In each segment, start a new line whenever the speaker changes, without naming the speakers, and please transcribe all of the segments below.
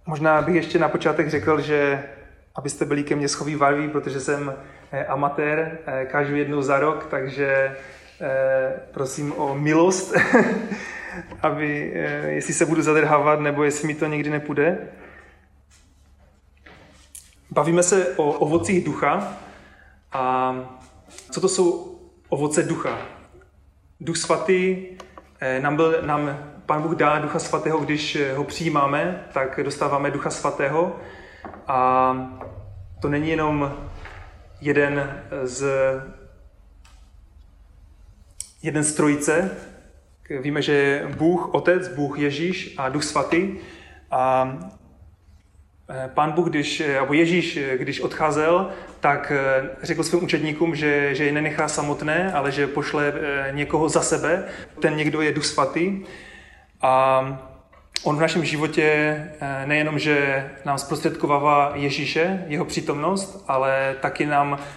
Možná bych ještě na počátek řekl, že abyste byli ke mně schovývaví, protože jsem amatér, kážu jednou za rok, takže prosím o milost, aby, jestli se budu zadrhávat, nebo jestli mi to někdy nepůjde. Bavíme se o ovocích ducha. A co to jsou ovoce ducha? Duch svatý, nám Pán Bůh dá Ducha svatého, když ho přijímáme, tak dostáváme Ducha svatého. A to není jenom jeden z trojice. Víme, že je Bůh Otec, Bůh Ježíš a Duch svatý. A Pán Bůh, Ježíš, když odcházel, tak řekl svým učedníkům, že je nenechá samotné, ale že pošle někoho za sebe. Ten někdo je Duch svatý. A on v našem životě nejenom, že nám zprostředkovává Ježíše, jeho přítomnost, ale taky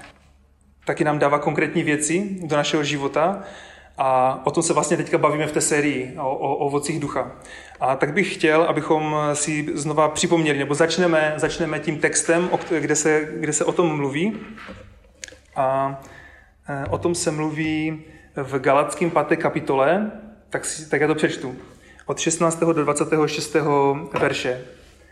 nám dává konkrétní věci do našeho života. A o tom se vlastně teďka bavíme v té sérii o ovocích ducha. A tak bych chtěl, abychom si znova připomněli, nebo začneme tím textem, kde se o tom mluví. A o tom se mluví v Galackým 5. kapitole, tak já to přečtu. Od 16. do 26. verše.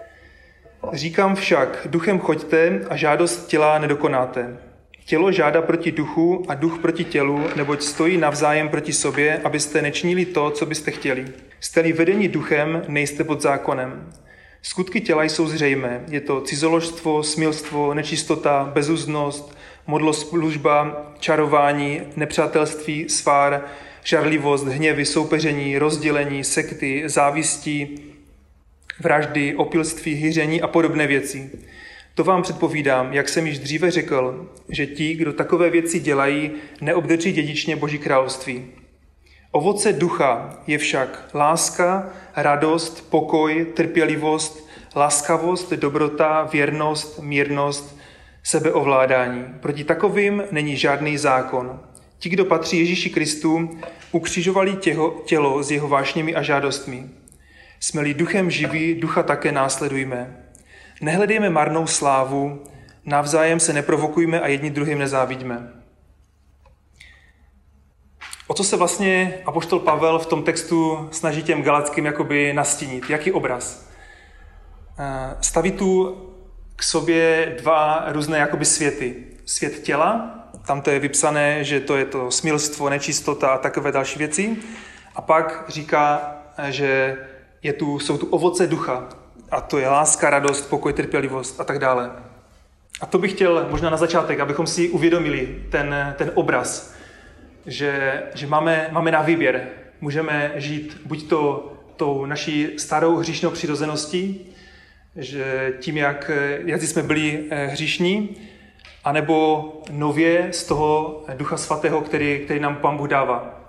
Říkám však, duchem choďte a žádost těla nedokonáte. Tělo žádá proti duchu a duch proti tělu, neboť stojí navzájem proti sobě, abyste nečinili to, co byste chtěli. Jste-li vedeni duchem, nejste pod zákonem. Skutky těla jsou zřejmé. Je to cizoložstvo, smilstvo, nečistota, bezúznost, modloslužba, čarování, nepřátelství, svár, žarlivost, hněvy, soupeření, rozdělení, sekty, závistí, vraždy, opilství, hyření a podobné věci. To vám předpovídám, jak jsem již dříve řekl, že ti, kdo takové věci dělají, neobdrží dědičně Boží království. Ovoce ducha je však láska, radost, pokoj, trpělivost, laskavost, dobrota, věrnost, mírnost, sebeovládání. Proti takovým není žádný zákon. Ti, kdo patří Ježíši Kristu, ukřižovali tělo s jeho vášněmi a žádostmi. Jsme-li duchem živí, ducha také následujme. Nehledejme marnou slávu, navzájem se neprovokujme a jedni druhým nezávidíme. O co se vlastně apoštol Pavel v tom textu snaží těm Galackým jakoby nastínit? Jaký obraz? Staví tu k sobě dva různé jakoby světy. Svět těla, tam to je vypsané, že to je to smilstvo, nečistota a takové další věci. A pak říká, že jsou tu ovoce ducha. A to je láska, radost, pokoj, trpělivost a tak dále. A to bych chtěl možná na začátek, abychom si uvědomili ten obraz, že máme na výběr. Můžeme žít buď tou naší starou hříšnou přirozeností, že tím, jak jsme byli hříšní, anebo nově z toho Ducha svatého, který nám Pán Bůh dává.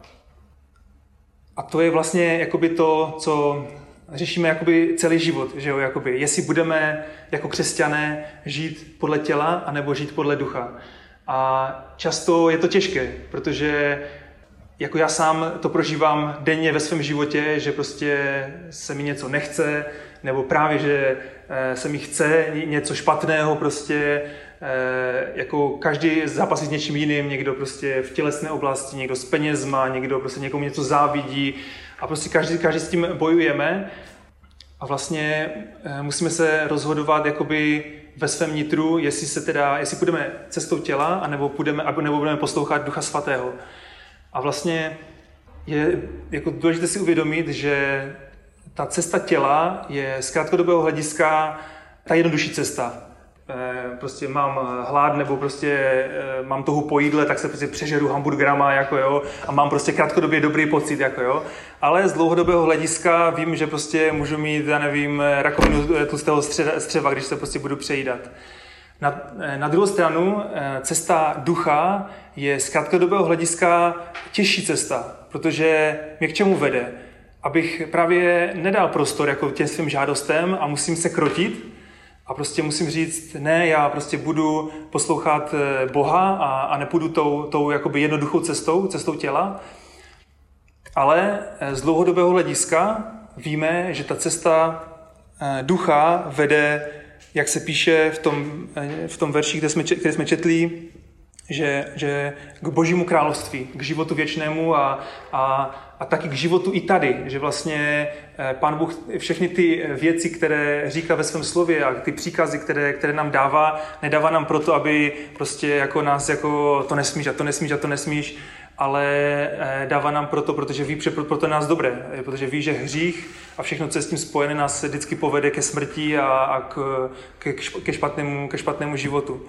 A to je vlastně jakoby to, co řešíme jakoby celý život, že jo, jakoby, jestli budeme jako křesťané žít podle těla, anebo žít podle ducha. A často je to těžké, protože jako já sám to prožívám denně ve svém životě, že prostě se mi něco nechce, nebo právě, že se mi chce něco špatného, prostě jako každý zápasí s něčím jiným, někdo prostě v tělesné oblasti, někdo s penězma, někdo prostě někomu něco závidí a prostě každý s tím bojujeme a vlastně musíme se rozhodovat jakoby ve svém nitru, jestli půjdeme cestou těla, anebo budeme poslouchat Ducha svatého. A vlastně je jako důležité si uvědomit, že ta cesta těla je z krátkodobého hlediska ta jednodušší cesta. Prostě mám hlad nebo prostě mám touhu po jídle, tak se prostě přežeru hamburgerama, jako jo, a mám prostě krátkodobě dobrý pocit, jako jo. Ale z dlouhodobého hlediska vím, že prostě můžu mít, já nevím, rakovinu tlustého střeva, když se prostě budu přejídat. Na druhou stranu cesta ducha je z krátkodobého hlediska těžší cesta, protože mě k čemu vede? Abych právě nedal prostor jako těm svým žádostem a musím se krotit a prostě musím říct, ne, já prostě budu poslouchat Boha a nepůjdu tou jakoby jednoduchou cestou těla, ale z dlouhodobého hlediska víme, že ta cesta ducha vede, jak se píše v tom verši, který jsme četli, že k Božímu království, k životu věčnému a taky k životu i tady, že vlastně Pán Bůh všechny ty věci, které říká ve svém slově a ty příkazy, které nám dává, nedává nám proto, aby prostě jako nás jako to nesmíš a to nesmíš a to nesmíš, ale dává nám proto, protože ví, že proto je nás dobré, protože ví, že hřích a všechno, co je s tím spojené, nás vždycky povede ke smrti a ke špatnému životu.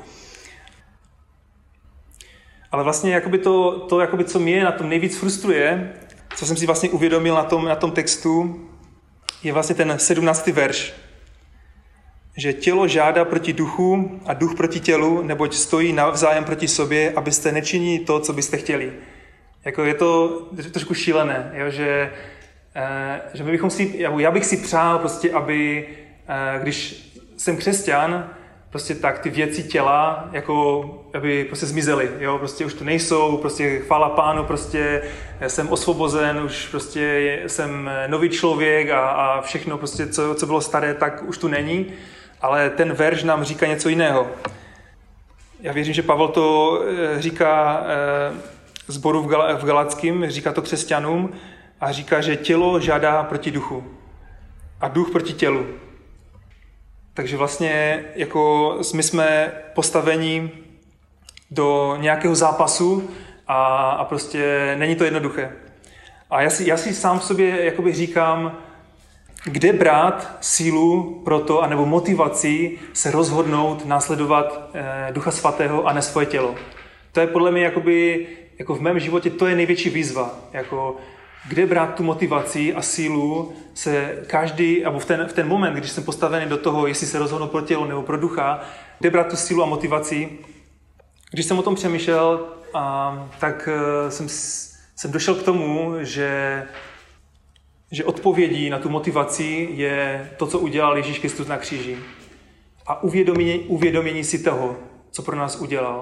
Ale vlastně jakoby to co mě na tom nejvíc frustruje, co jsem si vlastně uvědomil na tom textu, je vlastně ten 17. verš. Že tělo žádá proti duchu a duch proti tělu, neboť stojí navzájem proti sobě, abyste nečinili to, co byste chtěli. Jako je to trošku šílené, jo? Že my bychom já bych si přál prostě, aby když jsem křesťan, prostě tak ty věci těla, jako aby prostě zmizely, jo, prostě už tu nejsou, prostě chvála Pánu, prostě jsem osvobozen, už prostě jsem nový člověk a všechno prostě, co bylo staré, tak už tu není, ale ten verš nám říká něco jiného. Já věřím, že Pavel to říká sboru v Galackým, říká to křesťanům a říká, že tělo žádá proti duchu a duch proti tělu. Takže vlastně jako my jsme postaveni do nějakého zápasu a prostě není to jednoduché. A já si sám v sobě jakoby říkám, kde brát sílu pro to, anebo motivaci se rozhodnout následovat Ducha Svatého a ne svoje tělo. To je podle mě jako v mém životě to je největší výzva. Jako, kde brát tu motivaci a sílu se každý, nebo v ten moment, když jsem postavený do toho, jestli se rozhodnu pro tělo nebo pro ducha, kde brát tu sílu a motivaci. Když jsem o tom přemýšlel, tak jsem došel k tomu, že odpovědí na tu motivaci je to, co udělal Ježíš Kristus na kříži. A uvědomění si toho, co pro nás udělal.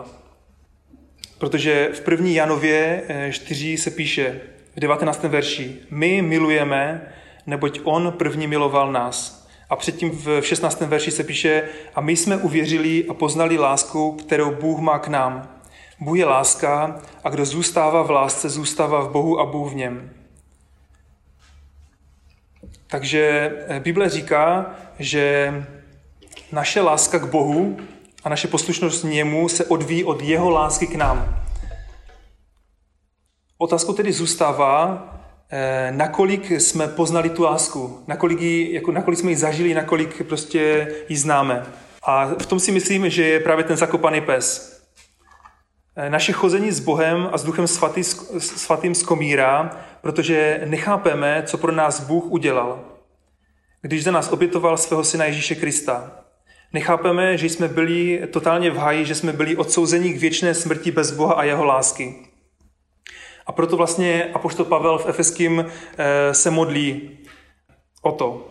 Protože v 1. Janově 4 se píše v 19. verši: My milujeme, neboť on první miloval nás. A předtím v 16. verši se píše: A my jsme uvěřili a poznali lásku, kterou Bůh má k nám. Bůh je láska a kdo zůstává v lásce, zůstává v Bohu a Bůh v něm. Takže Bible říká, že naše láska k Bohu a naše poslušnost němu se odvíjí od jeho lásky k nám. Otázkou tedy zůstává, nakolik jsme poznali tu lásku, nakolik jsme ji zažili, nakolik prostě ji známe. A v tom si myslím, že je právě ten zakopaný pes. Naše chození s Bohem a s Duchem Svatým skomírá, protože nechápeme, co pro nás Bůh udělal, když za nás obětoval svého syna Ježíše Krista. Nechápeme, že jsme byli totálně v háji, že jsme byli odsouzeni k věčné smrti bez Boha a jeho lásky. A proto vlastně apoštol Pavel v Efeským se modlí o to.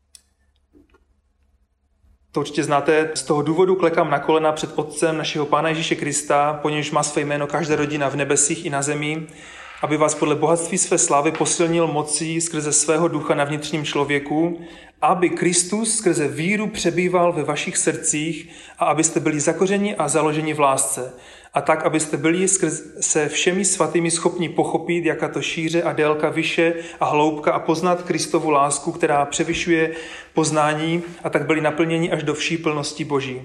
To určitě znáte. Z toho důvodu klekám na kolena před Otcem našeho Pána Ježíše Krista, po němž má své jméno každá rodina v nebesích i na zemi, aby vás podle bohatství své slávy posilnil mocí skrze svého ducha na vnitřním člověku, aby Kristus skrze víru přebýval ve vašich srdcích a abyste byli zakořeni a založeni v lásce. A tak, abyste byli se všemi svatými schopni pochopit, jaká to šíře a délka, vyše a hloubka a poznat Kristovu lásku, která převyšuje poznání, a tak byli naplněni až do vší plnosti Boží.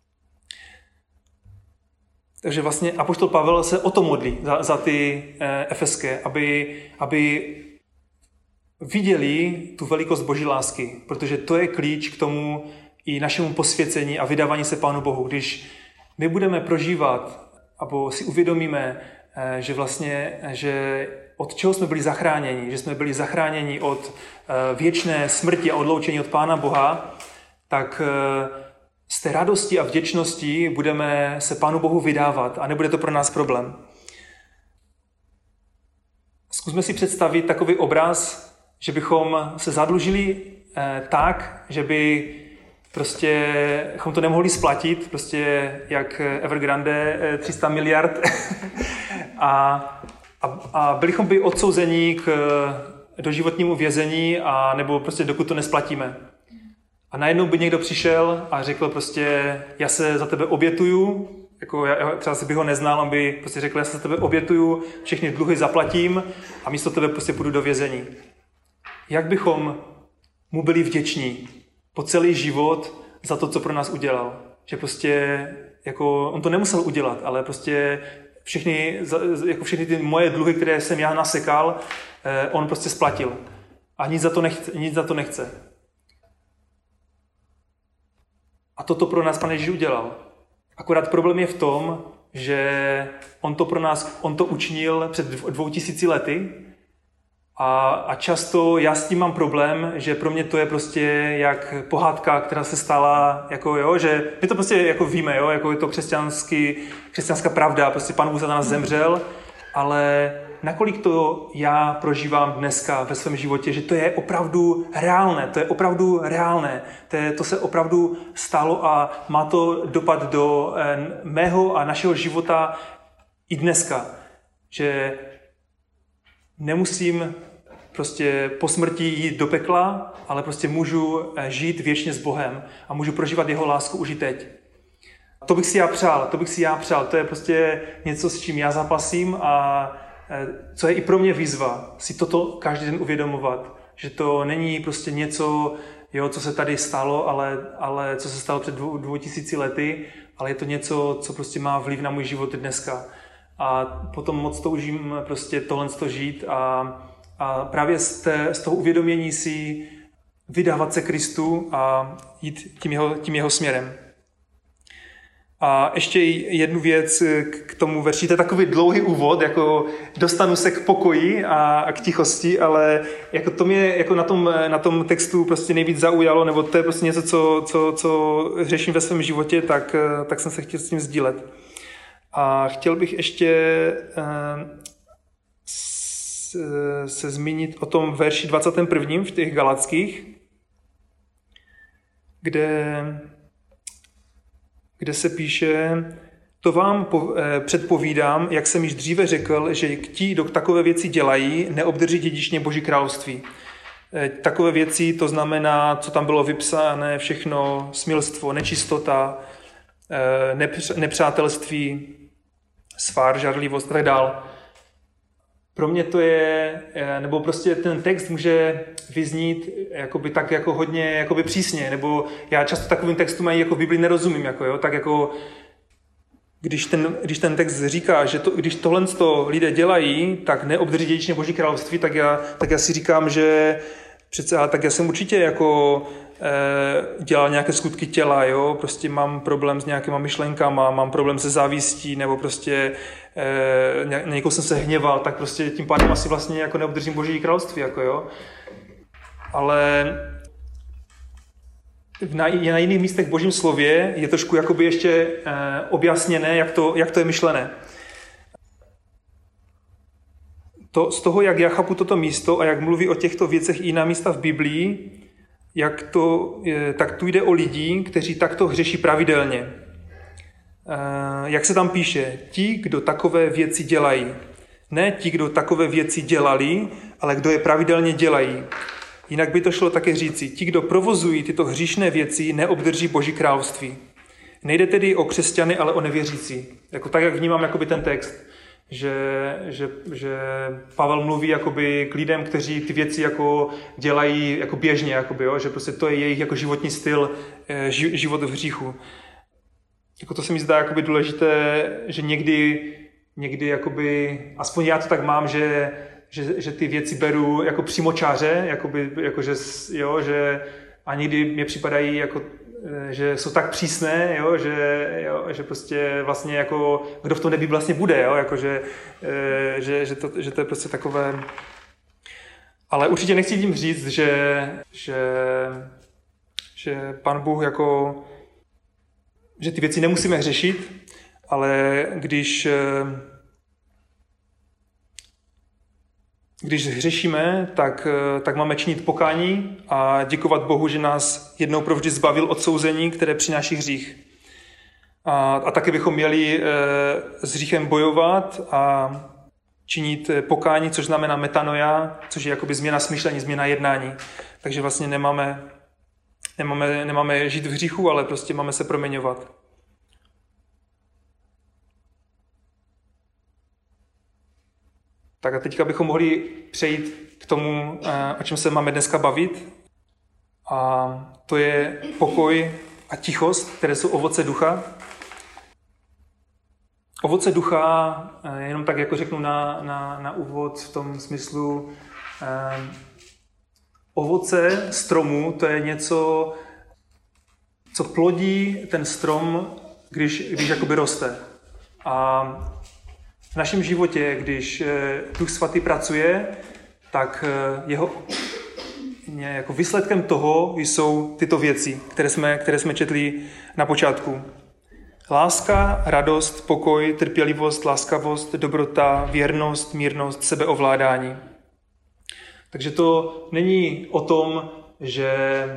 Takže vlastně apoštol Pavel se o to modlí za ty efeské, aby viděli tu velikost Boží lásky, protože to je klíč k tomu i našemu posvěcení a vydávání se Pánu Bohu. Když my budeme prožívat, nebo si uvědomíme, že od čeho jsme byli zachráněni, že jsme byli zachráněni od věčné smrti a odloučení od Pána Boha, tak z té radosti a vděčnosti budeme se Pánu Bohu vydávat a nebude to pro nás problém. Zkusme si představit takový obraz, že bychom se zadlužili tak, že by chom to nemohli splatit, prostě jak Evergrande 300 miliard a bychom by odsouzeni k doživotnímu vězení, a nebo prostě dokud to nesplatíme. A najednou by někdo přišel a řekl prostě, já se za tebe obětuju, jako já třeba si bych ho neznal, on by prostě řekl, já se za tebe obětuju, všechny dluhy zaplatím a místo tebe prostě půjdu do vězení. Jak bychom mu byli vděční po celý život za to, co pro nás udělal. Že prostě, jako, on to nemusel udělat, ale prostě všechny ty moje dluhy, které jsem já nasekal, on prostě splatil. A nic za to nechce. A toto pro nás Pán Ježíš udělal. Akorát problém je v tom, že on to učinil před 2000 lety a často já s tím mám problém, že pro mě to je prostě jak pohádka, která se stala, jako jo, že my to prostě jako víme, jo, jako je to křesťanská pravda, prostě Pán Bůh za nás zemřel, ale nakolik to já prožívám dneska ve svém životě, že to je opravdu reálné, to se opravdu stalo a má to dopad do mého a našeho života i dneska, že nemusím prostě po smrti jít do pekla, ale prostě můžu žít věčně s Bohem a můžu prožívat jeho lásku už i teď. To bych si já přál, to je prostě něco, s čím já zápasím a co je i pro mě výzva, si toto každý den uvědomovat, že to není prostě něco, jo, co se tady stalo, ale co se stalo před 2000 lety, ale je to něco, co prostě má vliv na můj život dneska. A potom moc toužím prostě tohle žít a právě z toho uvědomění si vydávat se Kristu a jít tím jeho směrem. A ještě jednu věc k tomu verši, to je takový dlouhý úvod, jako dostanu se k pokoji a k tichosti, ale jako to mě jako na tom textu prostě nejvíc zaujalo, nebo to je prostě něco, co řeším ve svém životě, tak jsem se chtěl s tím sdílet. A chtěl bych ještě se zmínit o tom verši 21. v těch Galackých, kde se píše, to vám předpovídám, jak jsem již dříve řekl, že ti, kdo takové věci dělají, neobdrží dědičně Boží království. Takové věci, to znamená, co tam bylo vypsané, všechno, smilstvo, nečistota, nepřátelství, svár, žárlivost a tak dál. Pro mě to je, nebo prostě ten text může vyznít jakoby tak jako hodně jakoby přísně, nebo já často takovým textům ani jako v Biblii nerozumím, jako jo, tak jako když ten text říká, že když tohle lidé dělají, tak neobdrží dědičně Boží království, tak já si říkám, že přece, tak já jsem určitě jako dělal nějaké skutky těla, jo, prostě mám problém s nějakýma myšlenkama, mám problém se závistí, nebo prostě na někoho jsem se hněval, tak prostě tím pádem asi vlastně jako neobdržím Boží království, jako jo. Ale na jiných místech v Božím slově je trošku jakoby ještě objasněné, jak to je myšlené. Z toho, jak já chápu toto místo a jak mluví o těchto věcech i jiná místa v Biblii, tak tu jde o lidi, kteří takto hřeší pravidelně. Jak se tam píše, ti, kdo takové věci dělají. Ne ti, kdo takové věci dělali, ale kdo je pravidelně dělají. Jinak by to šlo také říci, ti, kdo provozují tyto hříšné věci, neobdrží Boží království. Nejde tedy o křesťany, ale o nevěřící. Jako tak, jak vnímám jakoby ten text, že Pavel mluví jakoby k lidem, kteří ty věci jako dělají jako běžně, jakoby, jo? Že prostě to je jejich jako životní styl, život v hříchu. Jako to se mi zdá jakoby důležité, že někdy jakoby, aspoň já to tak mám, že ty věci beru jako přímočáře, že a někdy mě připadají jako, že jsou tak přísné, jo, že prostě vlastně jako kdo v tom neví vlastně bude, jo, jako že to je prostě takové. Ale určitě nechci tím říct, že Pán Bůh jako že ty věci nemusíme řešit, ale když hřešíme, tak máme činit pokání a děkovat Bohu, že nás jednou provždy zbavil od souzení, které přináší hřích. A také bychom měli s hříchem bojovat a činit pokání, což znamená metanoia, což je jakoby změna smýšlení, změna jednání. Takže vlastně nemáme Nemáme žít v hříchu, ale prostě máme se proměňovat. Tak a teďka bychom mohli přejít k tomu, o čem se máme dneska bavit. A to je pokoj a tichost, které jsou ovoce ducha. Ovoce ducha, jenom tak jako řeknu na úvod v tom smyslu, ovoce stromu, to je něco, co plodí ten strom, když jakoby roste. A v našem životě, když Duch Svatý pracuje, tak jeho jako výsledkem toho jsou tyto věci, které jsme četli na počátku. Láska, radost, pokoj, trpělivost, laskavost, dobrota, věrnost, mírnost, sebeovládání. Takže to není o tom, že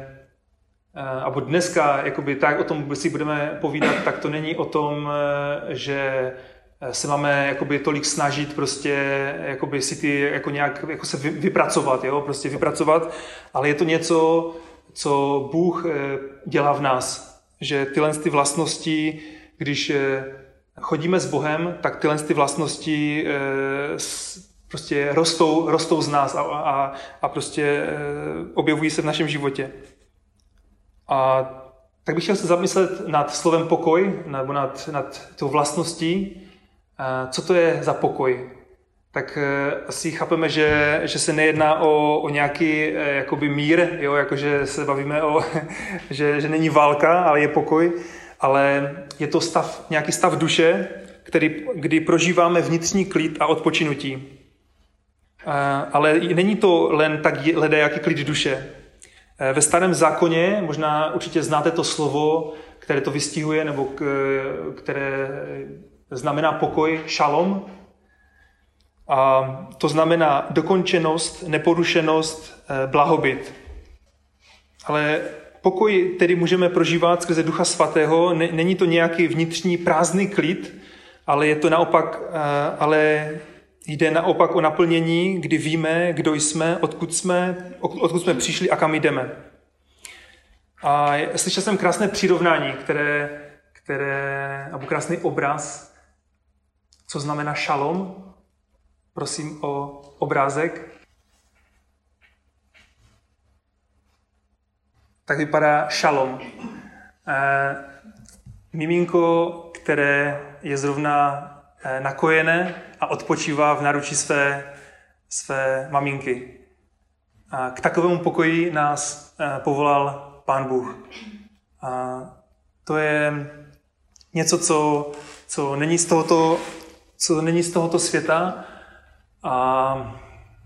abo dneska jakoby, tak o tom si budeme povídat, tak to není o tom, že se máme jakoby tolik snažit prostě jakoby si ty jako nějak jako se vypracovat, jo, prostě vypracovat, ale je to něco, co Bůh dělá v nás, že tyhle ty vlastnosti, když chodíme s Bohem, tak tyhle ty vlastnosti prostě rostou z nás a prostě objevují se v našem životě. A tak bych chtěl se zamyslet nad slovem pokoj, nebo nad tou vlastností. Co to je za pokoj? Tak asi chápeme, že se nejedná o nějaký jakoby mír, jo, jakože se bavíme že není válka, ale je pokoj, ale je to nějaký stav duše, kdy prožíváme vnitřní klid a odpočinutí. Ale není to len tak jaký klid duše. Ve Starém zákoně, možná určitě znáte to slovo, které to vystihuje, nebo které znamená pokoj, šalom. A to znamená dokončenost, neporušenost, blahobyt. Ale pokoj tedy můžeme prožívat skrze Ducha Svatého. Není to nějaký vnitřní prázdný klid, ale je to naopak, ale jde naopak o naplnění, kdy víme, kdo jsme, odkud jsme přišli a kam jdeme. A slyšel jsem krásné přirovnání, nebo krásný obraz, co znamená šalom. Prosím o obrázek. Tak vypadá šalom. Miminko, které je zrovna nakojené a odpočívá v náručí své maminky. A k takovému pokoji nás povolal Pán Bůh. A to je něco, co není z tohoto světa a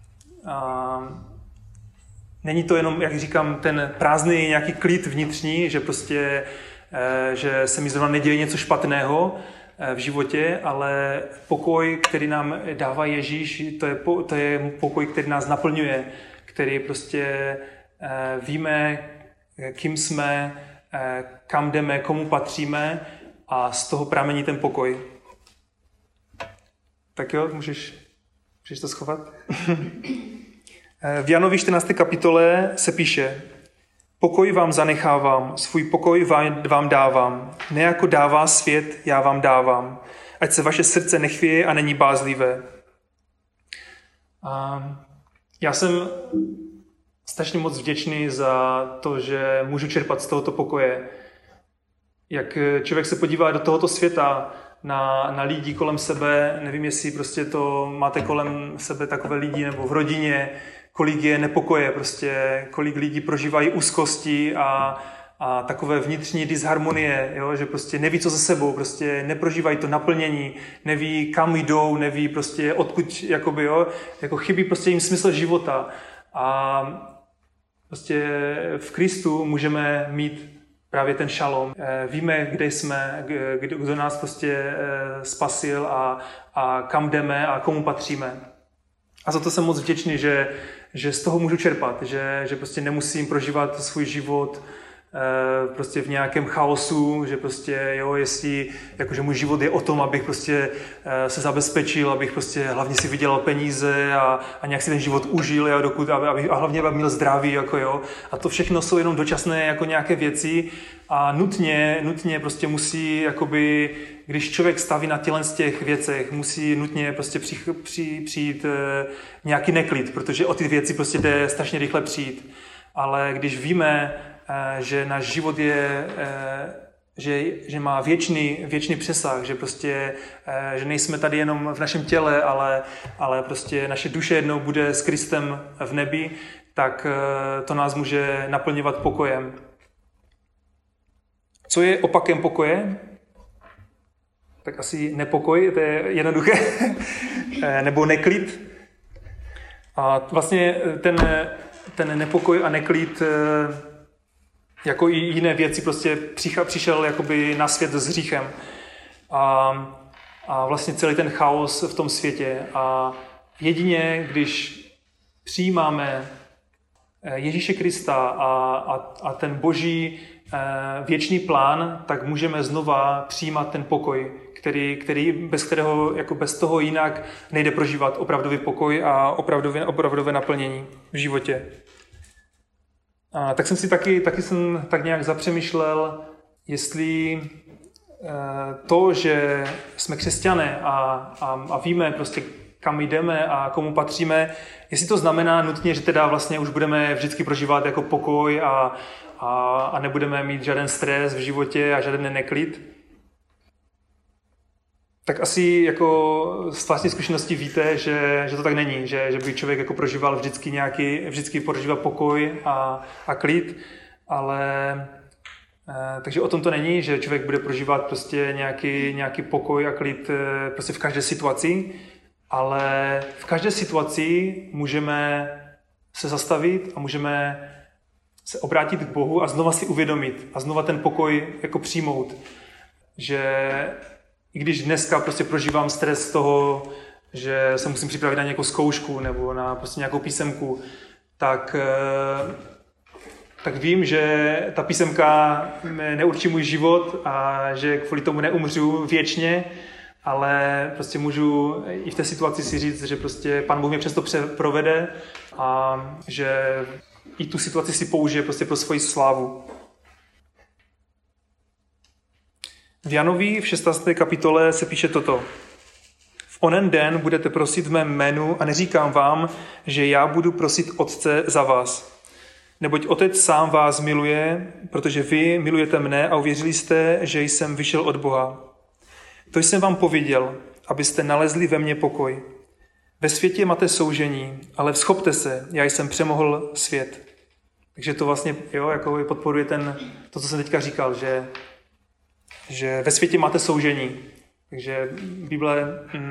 není to jenom, jak říkám, ten prázdný nějaký klid vnitřní, že prostě, že se mi zrovna neděje něco špatného v životě, ale pokoj, který nám dává Ježíš, to je pokoj, který nás naplňuje, který prostě víme, kým jsme, kam jdeme, komu patříme a z toho pramení ten pokoj. Tak jo, můžeš to schovat? V Janovi 14. kapitole se píše: Pokoj vám zanechávám, svůj pokoj vám dávám. Ne jako dává svět, já vám dávám. Ať se vaše srdce nechvěje a není bázlivé. Já jsem strašně moc vděčný za to, že můžu čerpat z tohoto pokoje. Jak člověk se podívá do tohoto světa, na lidi kolem sebe, nevím, jestli prostě to máte kolem sebe takové lidi nebo v rodině, kolik je nepokoje, prostě kolik lidí prožívají úzkosti a takové vnitřní disharmonie, jo, že prostě neví, co za sebou, prostě neprožívají to naplnění, neví, kam jdou, neví prostě odkud, jakoby, jo, jako chybí prostě jim smysl života. A prostě v Kristu můžeme mít právě ten šalom. Víme, kde jsme, kdo nás prostě spasil a kam jdeme a komu patříme. A za to jsem moc vděčný, že z toho můžu čerpat, že prostě nemusím prožívat svůj život prostě v nějakém chaosu, že prostě, jo, jestli, jakože můj život je o tom, abych prostě se zabezpečil, abych prostě hlavně si vydělal peníze a nějak si ten život užil, jo, a hlavně abych měl zdraví, jako jo. A to všechno jsou jenom dočasné jako nějaké věci a nutně prostě musí, jakoby, když člověk staví na tělen z těch věcech, musí nutně prostě přijít nějaký neklid, protože o ty věci prostě jde strašně rychle přijít. Ale když víme, že náš život je, že má věčný přesah, že prostě, že nejsme tady jenom v našem těle, ale prostě naše duše jednou bude s Kristem v nebi, tak to nás může naplňovat pokojem. Co je opakem pokoje? Tak asi nepokoj, to je jednoduché, nebo neklid. A vlastně ten nepokoj a neklid, jako i jiné věci, prostě přišel jakoby na svět s hříchem. A vlastně celý ten chaos v tom světě. A jedině, když přijímáme Ježíše Krista a ten boží věčný plán, tak můžeme znova přijímat ten pokoj, který bez kterého, jako bez toho jinak nejde prožívat opravdový pokoj a opravdové naplnění v životě. A tak jsem si taky jsem tak nějak zapřemýšlel, jestli to, že jsme křesťané a víme prostě, kam jdeme a komu patříme, jestli to znamená nutně, že teda vlastně už budeme vždycky prožívat jako pokoj a nebudeme mít žádný stres v životě a žádný neklid. Tak asi jako z vlastní zkušenosti víte, že to tak není, že by člověk jako prožíval vždycky prožíval pokoj a klid, ale takže o tom to není, že člověk bude prožívat prostě nějaký pokoj a klid prostě v každé situaci, ale v každé situaci můžeme se zastavit a můžeme se obrátit k Bohu a znova si uvědomit a znova ten pokoj jako přijmout, že i když dneska prostě prožívám stres z toho, že se musím připravit na nějakou zkoušku nebo na prostě nějakou písemku, tak vím, že ta písemka neurčí můj život a že kvůli tomu neumřu věčně, ale prostě můžu i v té situaci si říct, že prostě Pán Bůh mě přesto provede a že i tu situaci si použije prostě pro svoji slávu. V Janovi v 16. kapitole se píše toto. V onen den budete prosit v mém jménu a neříkám vám, že já budu prosit Otce za vás. Neboť Otec sám vás miluje, protože vy milujete mne a uvěřili jste, že jsem vyšel od Boha. To jsem vám pověděl, abyste nalezli ve mně pokoj. Ve světě máte soužení, ale vzchopte se, já jsem přemohl svět. Takže to vlastně jako podporuje to, co jsem teďka říkal, že ve světě máte soužení. Takže Bible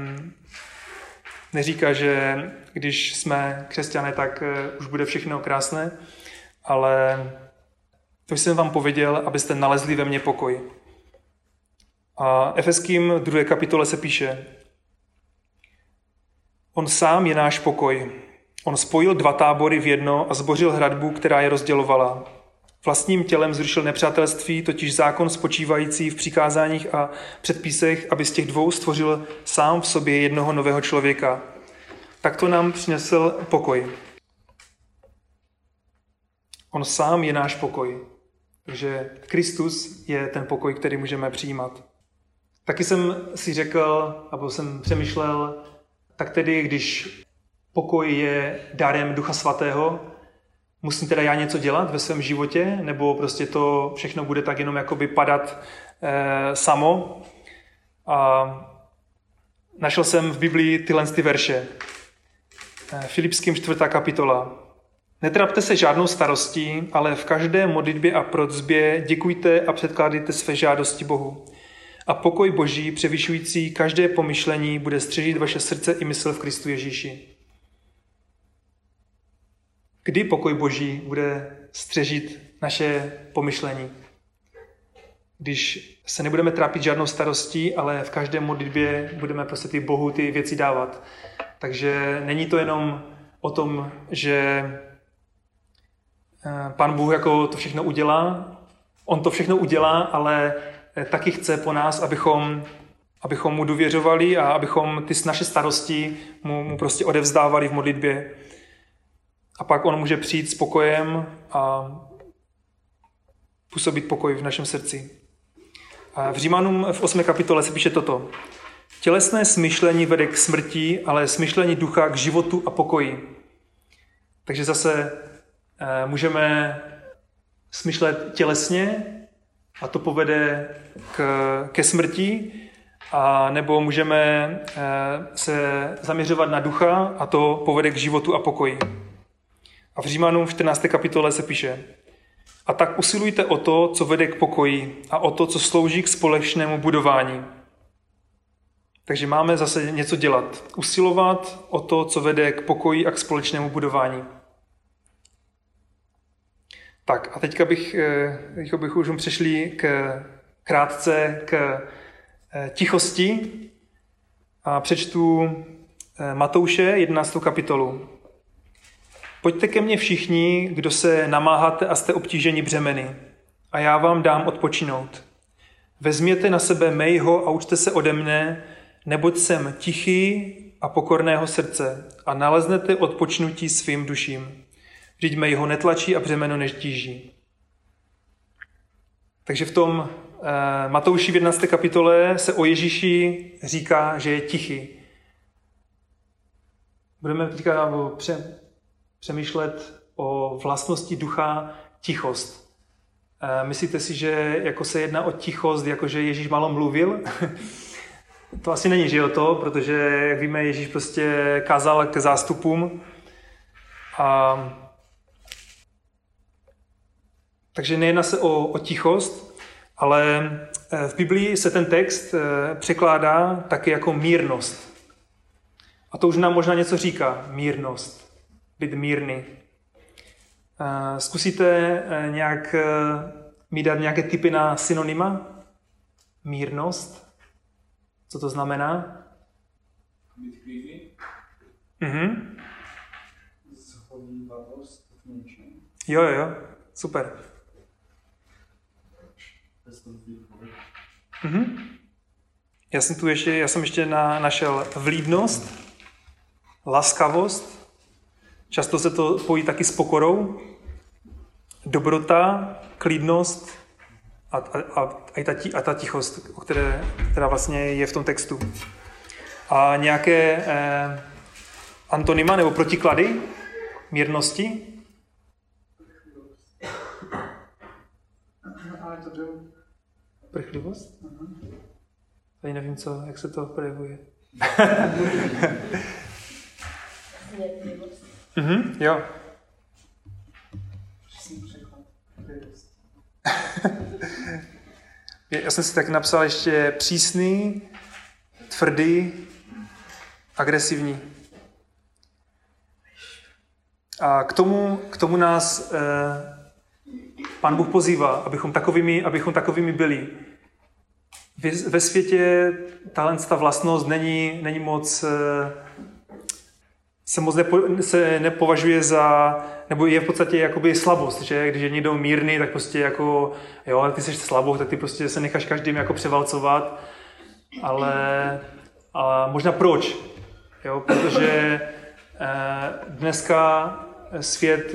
neříká, že když jsme křesťané, tak už bude všechno krásné, ale to jsem vám pověděl, abyste nalezli ve mně pokoj. A Efeským 2. kapitole se píše: On sám je náš pokoj. On spojil dva tábory v jedno a zbořil hradbu, která je rozdělovala. Vlastním tělem zrušil nepřátelství, totiž zákon spočívající v přikázáních a předpisech, aby z těch dvou stvořil sám v sobě jednoho nového člověka. Takto nám přinesl pokoj. On sám je náš pokoj. Takže Kristus je ten pokoj, který můžeme přijímat. Taky jsem si řekl, nebo jsem přemýšlel, tak tedy, když pokoj je darem Ducha Svatého, musím teda já něco dělat ve svém životě, nebo prostě to všechno bude tak jenom jakoby padat samo. A našel jsem v Biblii tyhle verše. Filipským 4. kapitola. Netrapte se žádnou starostí, ale v každé modlitbě a prosbě děkujte a předkládejte své žádosti Bohu. A pokoj Boží, převyšující každé pomyšlení, bude střežit vaše srdce i mysl v Kristu Ježíši. Kdy pokoj Boží bude střežit naše pomyšlení? Když se nebudeme trápit žádnou starostí, ale v každé modlitbě budeme prostě ty Bohu ty věci dávat. Takže není to jenom o tom, že Pán Bůh jako to všechno udělá, On to všechno udělá, ale taky chce po nás, abychom mu důvěřovali a abychom ty naše starosti mu prostě odevzdávali v modlitbě. A pak on může přijít s pokojem a působit pokoj v našem srdci. A v Římanům v 8. kapitole se píše toto. Tělesné smyšlení vede k smrti, ale smyšlení ducha k životu a pokoji. Takže zase můžeme smýšlet tělesně a to povede ke smrti, a nebo můžeme se zaměřovat na ducha a to povede k životu a pokoji. A v Římanům v 14. kapitole se píše: A tak usilujte o to, co vede k pokoji a o to, co slouží k společnému budování. Takže máme zase něco dělat. Usilovat o to, co vede k pokoji a k společnému budování. Tak a teďka bych už přešli krátce k tichosti a přečtu Matouše 11. kapitolu. Pojďte ke mně všichni, kdo se namáháte a jste obtíženi břemeny, a já vám dám odpočinout. Vezměte na sebe mého a učte se ode mne, neboť jsem tichý a pokorného srdce a naleznete odpočnutí svým duším. Vždyť mého netlačí a břemeno nežtíží. Takže v tom Matouši v 11. kapitole se o Ježíši říká, že je tichý. Budeme teďka přemýšlet o vlastnosti ducha tichost. Myslíte si, že jako se jedná o tichost, jakože Ježíš málo mluvil? To asi není, že jo to, protože, jak víme, Ježíš prostě kázal k zástupům. Takže nejedná se o tichost, ale v Biblii se ten text překládá taky jako mírnost. A to už nám možná něco říká, mírnost, být mírný. Zkusíte nějak mi dát nějaké typy na synonyma? Mírnost? Co to znamená?
Být klidný. Zhovývavost v něčem.
Jo, super. Já jsem ještě našel vlídnost, laskavost, často se to pojí taky s pokorou, dobrota, klidnost a ta tichost, která vlastně je v tom textu. A nějaké antonyma nebo protiklady mírnosti? Prchlivost? Tady nevím, jak se to projevuje. Jo. Já jsem si tak napsal ještě přísný, tvrdý, agresivní. A k tomu nás Pán Bůh pozývá, abychom takovými byli. Ve světě ta vlastnost není moc, se nepovažuje za, nebo je v podstatě jakoby slabost, že když je někdo mírný, tak prostě jako, jo, ty jsi slabou, tak ty prostě se necháš každým jako převalcovat, ale možná proč? Jo, protože dneska svět,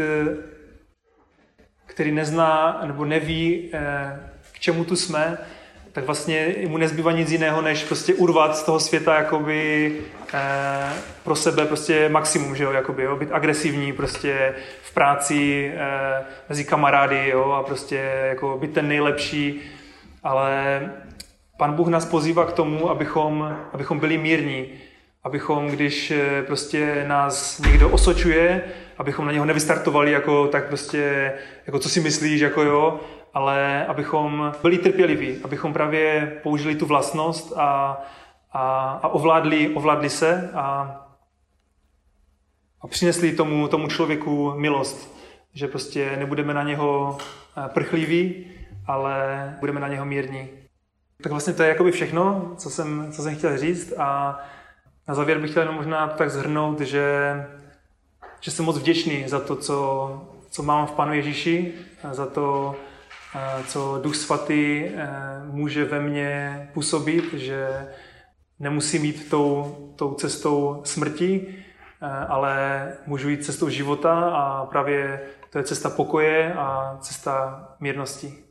který nezná nebo neví, k čemu tu jsme, tak vlastně mu nezbývá nic jiného, než prostě urvat z toho světa jakoby pro sebe prostě maximum, že jo, jakoby, jo, být agresivní prostě v práci, mezi kamarády, jo, a prostě jako být ten nejlepší, ale Pán Bůh nás pozývá k tomu, abychom byli mírní, abychom, když prostě nás někdo osočuje, abychom na něho nevystartovali jako tak prostě, jako co si myslíš, jako jo, ale abychom byli trpěliví, abychom právě použili tu vlastnost a ovládli se a přinesli tomu člověku milost, že prostě nebudeme na něho prchliví, ale budeme na něho mírní. Tak vlastně to je jakoby všechno, co jsem chtěl říct, a na závěr bych chtěl jenom možná tak shrnout, že jsem moc vděčný za to, co mám v Pánu Ježíši, za to, co Duch Svatý může ve mně působit, že nemusím jít tou cestou smrti, ale můžu jít cestou života a právě to je cesta pokoje a cesta mírnosti.